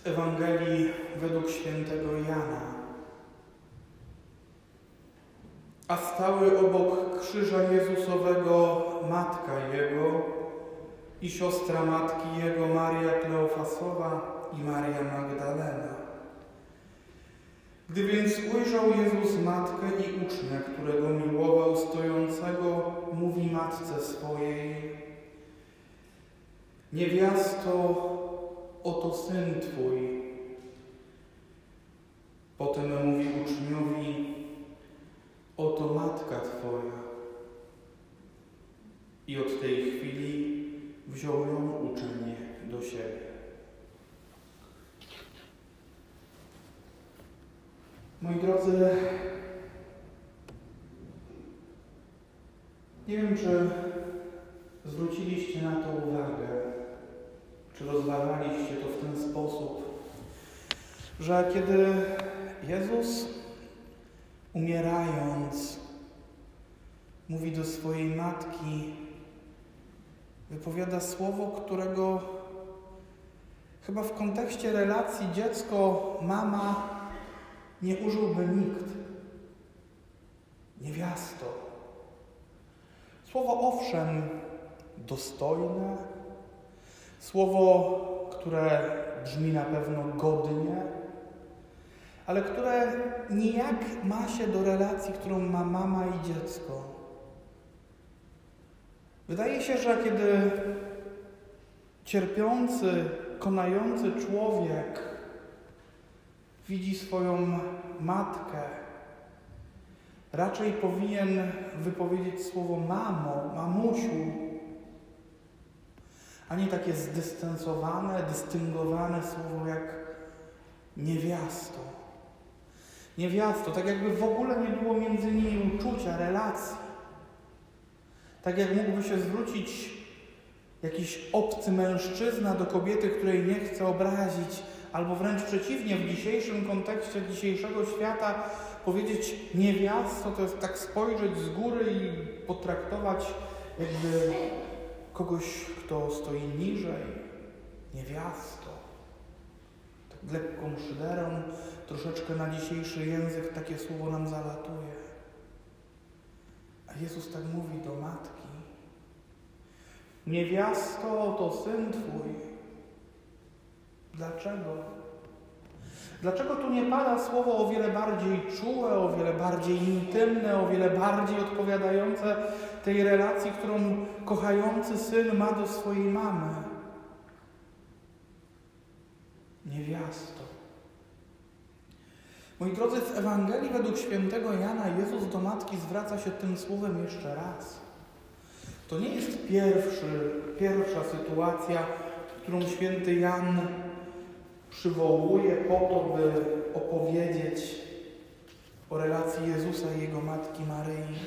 Z Ewangelii według świętego Jana. A stały obok krzyża Jezusowego matka Jego i siostra matki Jego Maria Kleofasowa i Maria Magdalena. Gdy więc ujrzał Jezus matkę i ucznia, którego miłował stojącego, mówi matce swojej: niewiasto, oto syn Twój. Potem mówi uczniowi: oto matka Twoja. I od tej chwili wziął ją uczeń do siebie. Moi drodzy, nie wiem, czy zwróciliście na to uwagę, czy rozważaliście to w ten sposób, że kiedy Jezus, umierając, mówi do swojej matki, wypowiada słowo, którego chyba w kontekście relacji dziecko-mama nie użyłby nikt. Niewiasto. Słowo owszem dostojne, słowo, które brzmi na pewno godnie, ale które nijak ma się do relacji, którą ma mama i dziecko. Wydaje się, że kiedy cierpiący, konający człowiek widzi swoją matkę, raczej powinien wypowiedzieć słowo mamo, mamusiu, a nie takie zdystansowane, dystyngowane słowo jak niewiasto. Niewiasto, tak jakby w ogóle nie było między nimi uczucia, relacji. Tak jak mógłby się zwrócić jakiś obcy mężczyzna do kobiety, której nie chce obrazić, albo wręcz przeciwnie, w dzisiejszym kontekście dzisiejszego świata powiedzieć niewiasto, to jest tak spojrzeć z góry i potraktować jakby kogoś, kto stoi niżej. Niewiasto. Tak lekką szyderą, troszeczkę na dzisiejszy język takie słowo nam zalatuje. A Jezus tak mówi do matki: niewiasto, to syn Twój. Dlaczego? Dlaczego tu nie pada słowo o wiele bardziej czułe, o wiele bardziej intymne, o wiele bardziej odpowiadające tej relacji, którą kochający syn ma do swojej mamy? Niewiasto. Moi drodzy, w Ewangelii według świętego Jana Jezus do matki zwraca się tym słowem jeszcze raz. To nie jest pierwsza sytuacja, którą święty Jan przywołuje po to, by opowiedzieć o relacji Jezusa i Jego matki Maryi.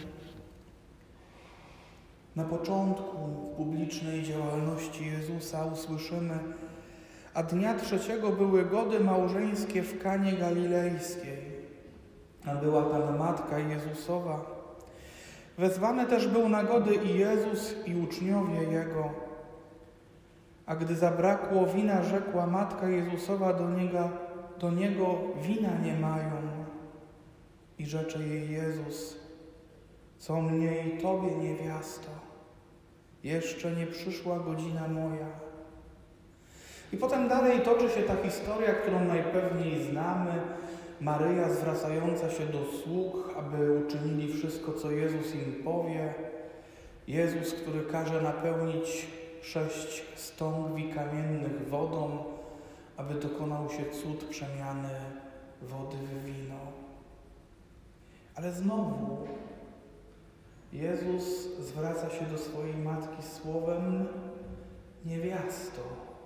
Na początku publicznej działalności Jezusa usłyszymy: a dnia 3 były gody małżeńskie w Kanie Galilejskiej, a była tam matka Jezusowa. Wezwany też był na gody i Jezus, i uczniowie Jego. A gdy zabrakło wina, rzekła matka Jezusowa do Niego: wina nie mają. I rzecze jej Jezus: co mnie i Tobie, niewiasto, jeszcze nie przyszła godzina moja. I potem dalej toczy się ta historia, którą najpewniej znamy. Maryja zwracająca się do sług, aby uczynili wszystko, co Jezus im powie. Jezus, który każe napełnić 6 stągwi kamiennych wodą, aby dokonał się cud przemiany wody w wino. Ale znowu Jezus zwraca się do swojej matki słowem niewiasto.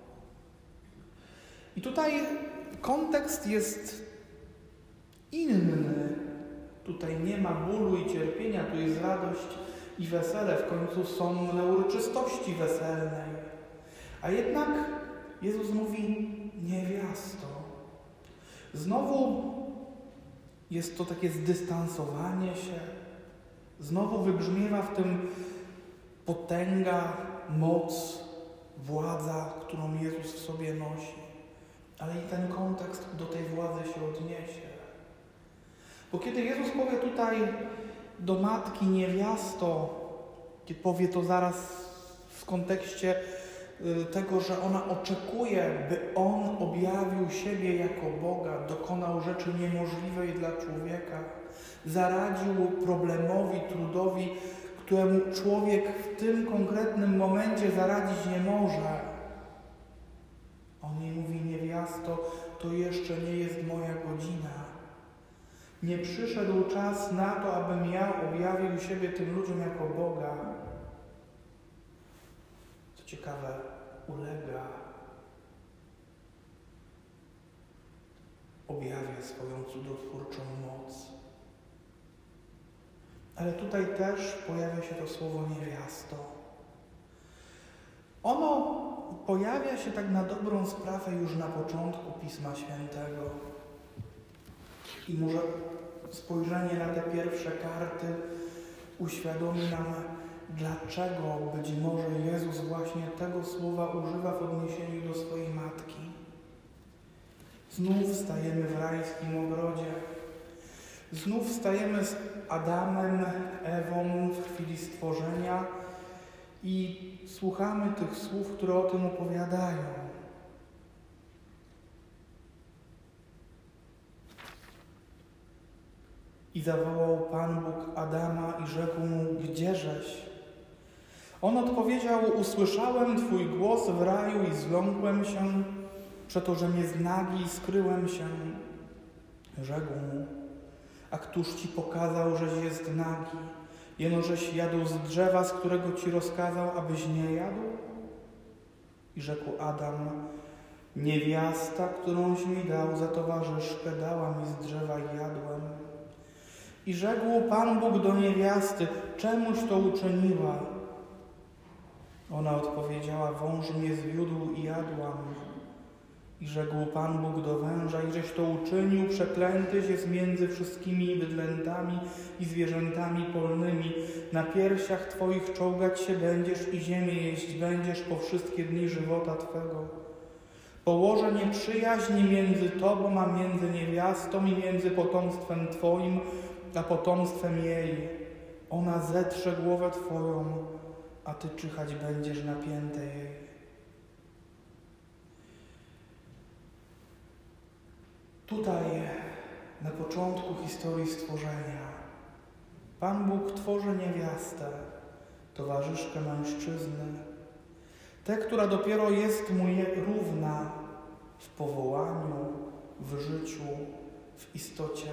I tutaj kontekst jest inny. Tutaj nie ma bólu i cierpienia, tu jest radość i wesele. W końcu są na uroczystości weselnej. A jednak Jezus mówi niewiasto. Znowu jest to takie zdystansowanie się. Znowu wybrzmiewa w tym potęga, moc, władza, którą Jezus w sobie nosi. ale i ten kontekst do tej władzy się odniesie. Bo kiedy Jezus powie tutaj do matki niewiasto, kiedy powie to zaraz w kontekście tego, że ona oczekuje, by On objawił siebie jako Boga, dokonał rzeczy niemożliwej dla człowieka, zaradził problemowi, trudowi, któremu człowiek w tym konkretnym momencie zaradzić nie może. On jej mówi: niewiasto, to jeszcze nie jest moja godzina. Nie przyszedł czas na to, abym ja objawił siebie tym ludziom jako Boga. Co ciekawe, ulega. Objawia swoją cudotwórczą moc. Ale tutaj też pojawia się to słowo niewiasto. Ono pojawia się tak na dobrą sprawę już na początku Pisma Świętego. I może spojrzenie na te pierwsze karty uświadomi nam, dlaczego być może Jezus właśnie tego słowa używa w odniesieniu do swojej matki. Znów stajemy w rajskim ogrodzie. Znów stajemy z Adamem, Ewą w chwili stworzenia i słuchamy tych słów, które o tym opowiadają. I zawołał Pan Bóg Adama i rzekł mu: gdzieżeś? On odpowiedział: usłyszałem Twój głos w raju i zląkłem się, przeto, że mnie znagi i skryłem się. Rzekł mu: a któż Ci pokazał, żeś jest nagi? Jeno, żeś jadł z drzewa, z którego Ci rozkazał, abyś nie jadł? I rzekł Adam: niewiasta, którąś mi dał za towarzyszkę, dała mi z drzewa i jadłem. I rzekł Pan Bóg do niewiasty: czemuś to uczyniła? Ona odpowiedziała: wąż mnie zwiódł i jadłam. I rzekł Pan Bóg do węża: iżeś to uczynił, przeklętyś jest między wszystkimi bydlętami i zwierzętami polnymi. Na piersiach Twoich czołgać się będziesz i ziemię jeść będziesz po wszystkie dni żywota Twego. Położę nieprzyjaźń między Tobą a między niewiastą i między potomstwem Twoim a potomstwem jej. Ona zetrze głowę Twoją, a Ty czyhać będziesz na piętę jej. Tutaj, na początku historii stworzenia, Pan Bóg tworzy niewiastę, towarzyszkę mężczyzny, tę, która dopiero jest mu równa w powołaniu, w życiu, w istocie.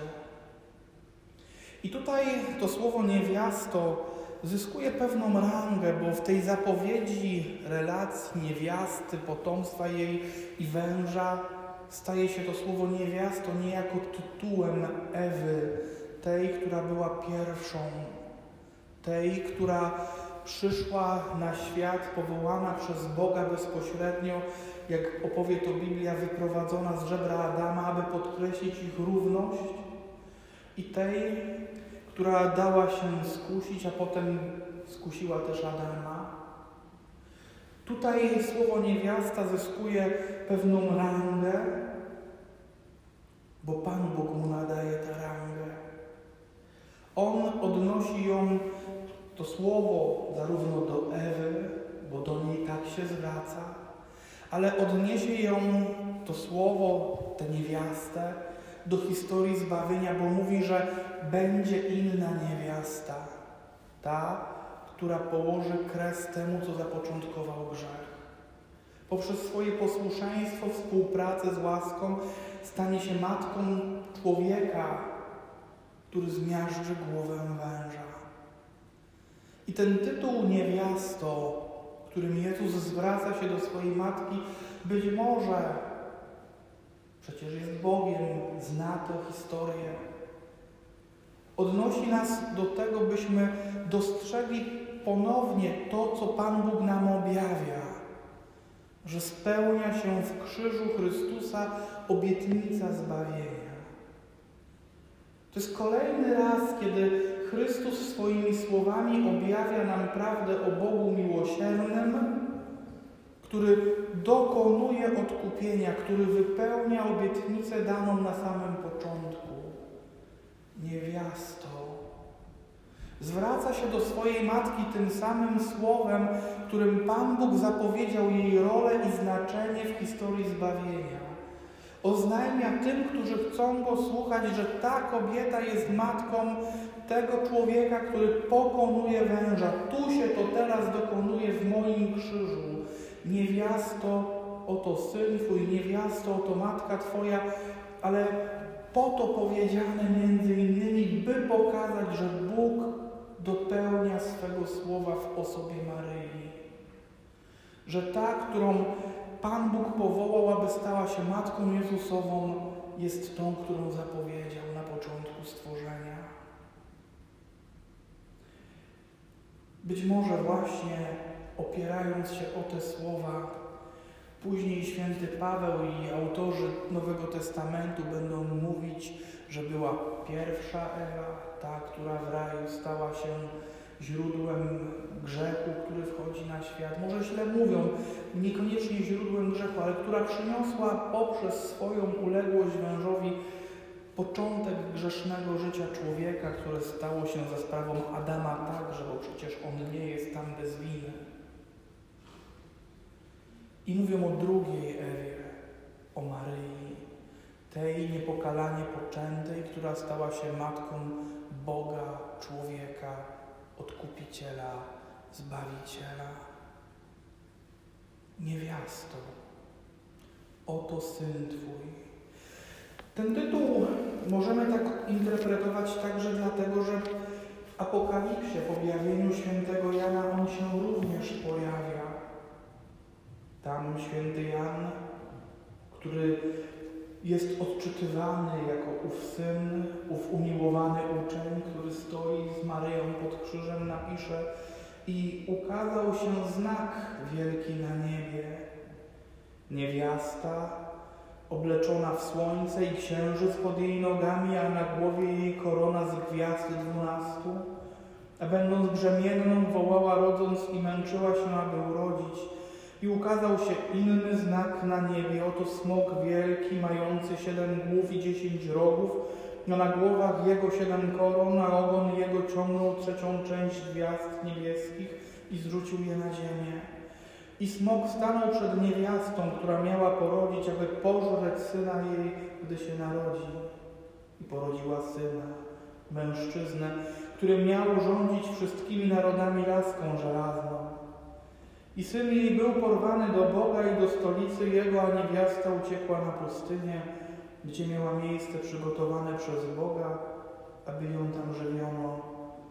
I tutaj to słowo niewiasto zyskuje pewną rangę, bo w tej zapowiedzi relacji niewiasty, potomstwa jej i węża staje się to słowo niewiasto niejako tytułem Ewy, tej, która była pierwszą, tej, która przyszła na świat, powołana przez Boga bezpośrednio, jak opowie to Biblia, wyprowadzona z żebra Adama, aby podkreślić ich równość, i tej, która dała się skusić, a potem skusiła też Adama. Tutaj słowo niewiasta zyskuje pewną rangę, bo Pan Bóg mu nadaje tę rangę. On odnosi ją, to słowo, zarówno do Ewy, bo do niej tak się zwraca, ale odniesie ją, to słowo, tę niewiastę, do historii zbawienia, bo mówi, że będzie inna niewiasta, ta, która położy kres temu, co zapoczątkował grzech. Poprzez swoje posłuszeństwo, współpracę z łaską stanie się matką człowieka, który zmiażdży głowę węża. I ten tytuł niewiasto, którym Jezus zwraca się do swojej matki, być może, przecież jest Bogiem, zna tę historię, odnosi nas do tego, byśmy dostrzegli ponownie to, co Pan Bóg nam objawia, że spełnia się w krzyżu Chrystusa obietnica zbawienia. To jest kolejny raz, kiedy Chrystus swoimi słowami objawia nam prawdę o Bogu miłosiernym, który dokonuje odkupienia, który wypełnia obietnicę daną na samym początku. Niewiasto. Zwraca się do swojej matki tym samym słowem, którym Pan Bóg zapowiedział jej rolę i znaczenie w historii zbawienia. Oznajmia tym, którzy chcą Go słuchać, że ta kobieta jest matką tego człowieka, który pokonuje węża. Tu się to teraz dokonuje w moim krzyżu. Niewiasto, oto syn Twój, niewiasto, oto matka Twoja, ale po to powiedziane między innymi, by pokazać, że Bóg dopełnia swego słowa w osobie Maryi. Że ta, którą Pan Bóg powołał, aby stała się Matką Jezusową, jest tą, którą zapowiedział na początku stworzenia. Być może właśnie opierając się o te słowa, później święty Paweł i autorzy Nowego Testamentu będą mówić, że była pierwsza Ewa, ta, która w raju stała się źródłem grzechu, który wchodzi na świat. Może źle mówią, niekoniecznie źródłem grzechu, ale która przyniosła poprzez swoją uległość wężowi początek grzesznego życia człowieka, które stało się za sprawą Adama także, bo przecież on nie jest tam bez winy. I mówią o drugiej Ewie, o Maryi, tej niepokalanie poczętej, która stała się matką Boga, człowieka, Odkupiciela, Zbawiciela. Niewiasto, oto Syn Twój. Ten tytuł możemy tak interpretować także dlatego, że w Apokalipsie, w objawieniu świętego Jana, on się również pojawia. Tam święty Jan, który jest odczytywany jako ów syn, ów umiłowany uczeń, który stoi z Maryją pod krzyżem, napisze: i ukazał się znak wielki na niebie. Niewiasta obleczona w słońce i księżyc pod jej nogami, a na głowie jej korona z gwiazd 12. A będąc brzemienną, wołała rodząc i męczyła się, aby urodzić. I ukazał się inny znak na niebie, oto smok wielki, mający 7 głów i 10 rogów, a na głowach jego 7 koron, a ogon jego ciągnął 3. część gwiazd niebieskich i zrzucił je na ziemię. I smok stanął przed niewiastą, która miała porodzić, aby pożreć syna jej, gdy się narodzi. I porodziła syna, mężczyznę, który miał rządzić wszystkimi narodami laską żelazną. I syn jej był porwany do Boga i do stolicy jego, a niewiasta uciekła na pustynię, gdzie miała miejsce przygotowane przez Boga, aby ją tam żywiono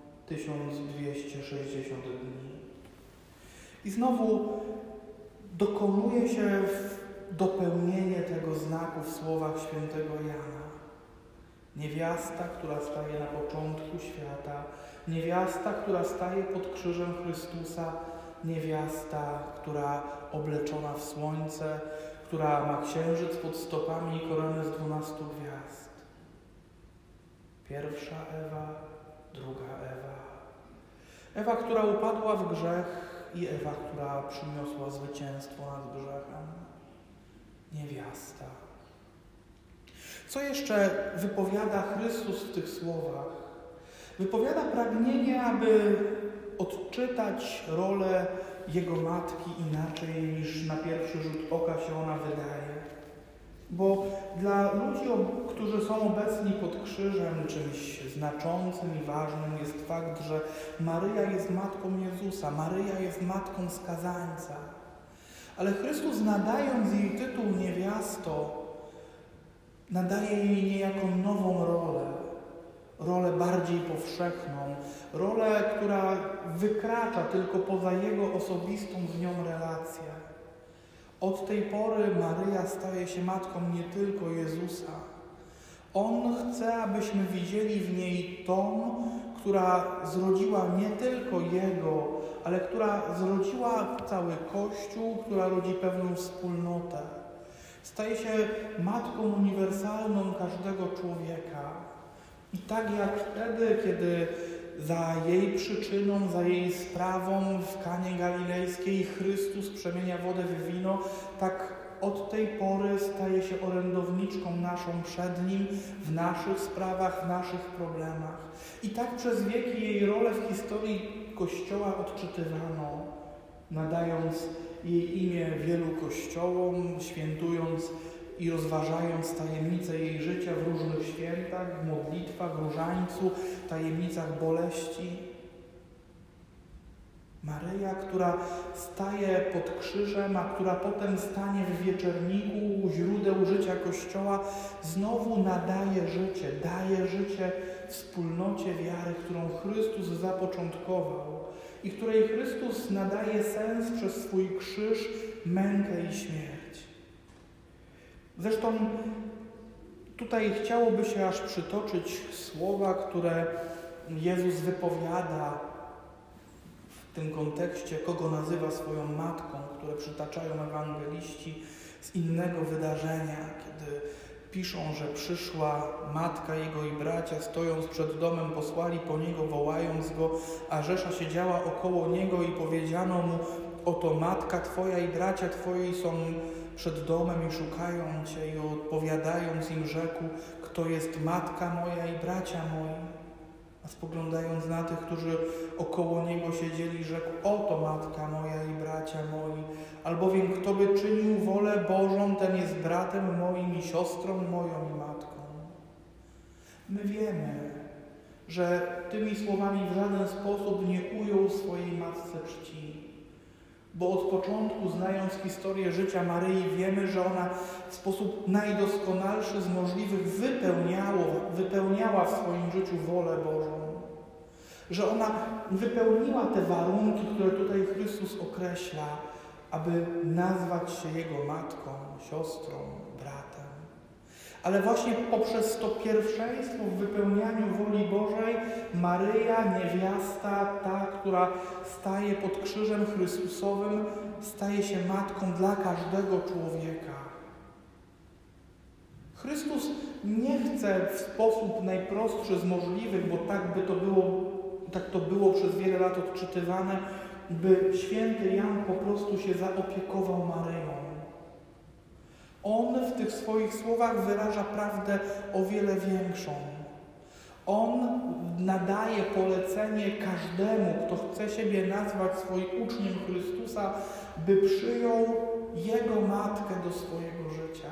1260 dni. I znowu dokonuje się dopełnienie tego znaku w słowach świętego Jana. Niewiasta, która staje na początku świata, niewiasta, która staje pod krzyżem Chrystusa, niewiasta, która obleczona w słońce, która ma księżyc pod stopami i koronę z 12 gwiazd. Pierwsza Ewa, druga Ewa. Ewa, która upadła w grzech, i Ewa, która przyniosła zwycięstwo nad grzechem. Niewiasta. Co jeszcze wypowiada Chrystus w tych słowach? Wypowiada pragnienie, aby odczytać rolę Jego Matki inaczej niż na pierwszy rzut oka się ona wydaje. Bo dla ludzi, którzy są obecni pod krzyżem, czymś znaczącym i ważnym jest fakt, że Maryja jest Matką Jezusa, Maryja jest Matką skazańca. Ale Chrystus, nadając jej tytuł niewiasto, nadaje jej niejako nową rolę bardziej powszechną, rolę, która wykracza tylko poza Jego osobistą z nią relację. Od tej pory Maryja staje się matką nie tylko Jezusa. On chce, abyśmy widzieli w niej tą, która zrodziła nie tylko Jego, ale która zrodziła cały Kościół, która rodzi pewną wspólnotę. Staje się matką uniwersalną każdego człowieka. I tak jak wtedy, kiedy za jej przyczyną, za jej sprawą w Kanie Galilejskiej Chrystus przemienia wodę w wino, tak od tej pory staje się orędowniczką naszą przed Nim w naszych sprawach, w naszych problemach. I tak przez wieki jej rolę w historii Kościoła odczytywano, nadając jej imię wielu kościołom, świętując i rozważając tajemnice jej życia w różnych świętach, w modlitwach, różańcu, tajemnicach boleści. Maryja, która staje pod krzyżem, a która potem stanie w wieczerniku u źródeł życia Kościoła, znowu nadaje życie, daje życie wspólnocie wiary, którą Chrystus zapoczątkował i której Chrystus nadaje sens przez swój krzyż, mękę i śmierć. Zresztą tutaj chciałoby się aż przytoczyć słowa, które Jezus wypowiada w tym kontekście, kogo nazywa swoją matką, które przytaczają ewangeliści z innego wydarzenia, kiedy piszą, że przyszła matka Jego i bracia, stojąc przed domem, posłali po Niego, wołając Go, a Rzesza siedziała około Niego i powiedziano Mu, oto matka Twoja i bracia Twoi są przed domem i szukają Cię. I odpowiadając im rzekł, kto jest matka moja i bracia moi. A spoglądając na tych, którzy około Niego siedzieli, rzekł, oto matka moja i bracia moi, albowiem kto by czynił wolę Bożą, ten jest bratem moim i siostrą moją i matką. My wiemy, że tymi słowami w żaden sposób nie ujął swojej matce czci, bo od początku, znając historię życia Maryi, wiemy, że ona w sposób najdoskonalszy z możliwych wypełniała w swoim życiu wolę Bożą. Że ona wypełniła te warunki, które tutaj Chrystus określa, aby nazwać się Jego matką, siostrą, bratem. Ale właśnie poprzez to pierwszeństwo w wypełnianiu woli Bożej Maryja, niewiasta, ta, która staje pod krzyżem Chrystusowym, staje się matką dla każdego człowieka. Chrystus nie chce w sposób najprostszy z możliwych, bo tak to było przez wiele lat odczytywane, by święty Jan po prostu się zaopiekował Maryją. On w tych swoich słowach wyraża prawdę o wiele większą. On nadaje polecenie każdemu, kto chce siebie nazwać swoim uczniem Chrystusa, by przyjął Jego matkę do swojego życia.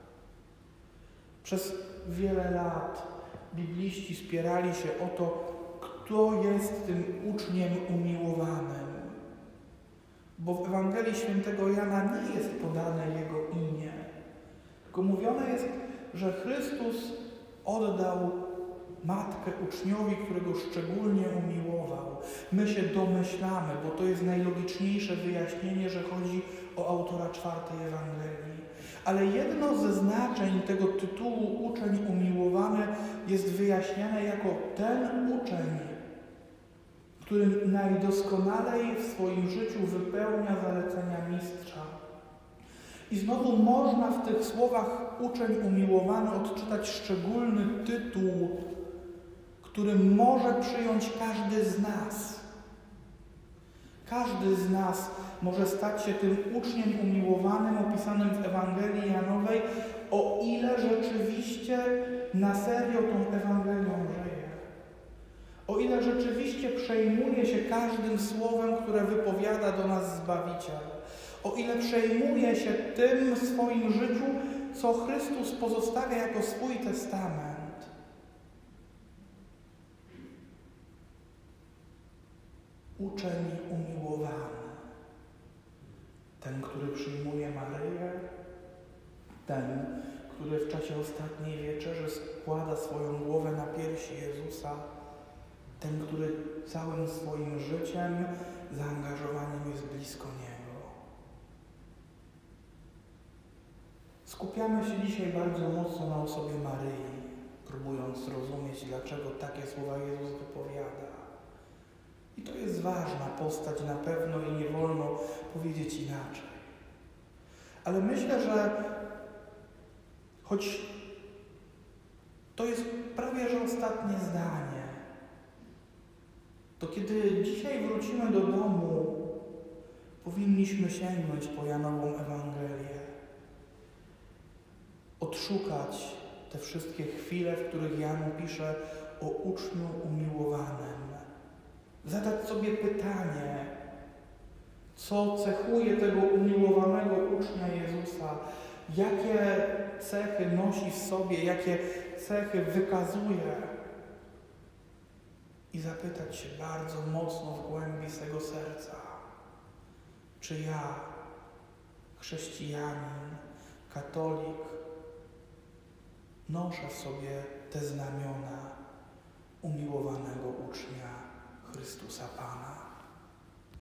Przez wiele lat bibliści spierali się o to, kto jest tym uczniem umiłowanym. Bo w Ewangelii Świętego Jana nie jest podane Jego imię. Tylko mówione jest, że Chrystus oddał matkę uczniowi, którego szczególnie umiłował. My się domyślamy, bo to jest najlogiczniejsze wyjaśnienie, że chodzi o autora czwartej Ewangelii. Ale jedno ze znaczeń tego tytułu uczeń umiłowany jest wyjaśniane jako ten uczeń, który najdoskonalej w swoim życiu wypełnia zalecenia mistrza. I znowu można w tych słowach uczeń umiłowany odczytać szczególny tytuł, który może przyjąć każdy z nas. Każdy z nas może stać się tym uczniem umiłowanym opisanym w Ewangelii Janowej, o ile rzeczywiście na serio tą Ewangelią żyje. O ile rzeczywiście przejmuje się każdym słowem, które wypowiada do nas Zbawiciel. O ile przejmuje się tym w swoim życiu, co Chrystus pozostawia jako swój testament. Uczeń umiłowany. Ten, który przyjmuje Maryję, ten, który w czasie ostatniej wieczerzy składa swoją głowę na piersi Jezusa, ten, który całym swoim życiem, zaangażowaniem jest blisko Niego. Skupiamy się dzisiaj bardzo mocno na osobie Maryi, próbując zrozumieć, dlaczego takie słowa Jezus wypowiada. I to jest ważna postać na pewno i nie wolno powiedzieć inaczej. Ale myślę, że choć to jest prawie że ostatnie zdanie, to kiedy dzisiaj wrócimy do domu, powinniśmy sięgnąć po Janową Ewangelię, odszukać te wszystkie chwile, w których Jan pisze o uczniu umiłowanym. Zadać sobie pytanie, co cechuje tego umiłowanego ucznia Jezusa, jakie cechy nosi w sobie, jakie cechy wykazuje. I zapytać się bardzo mocno w głębi swego serca, czy ja, chrześcijanin, katolik, noszę w sobie te znamiona.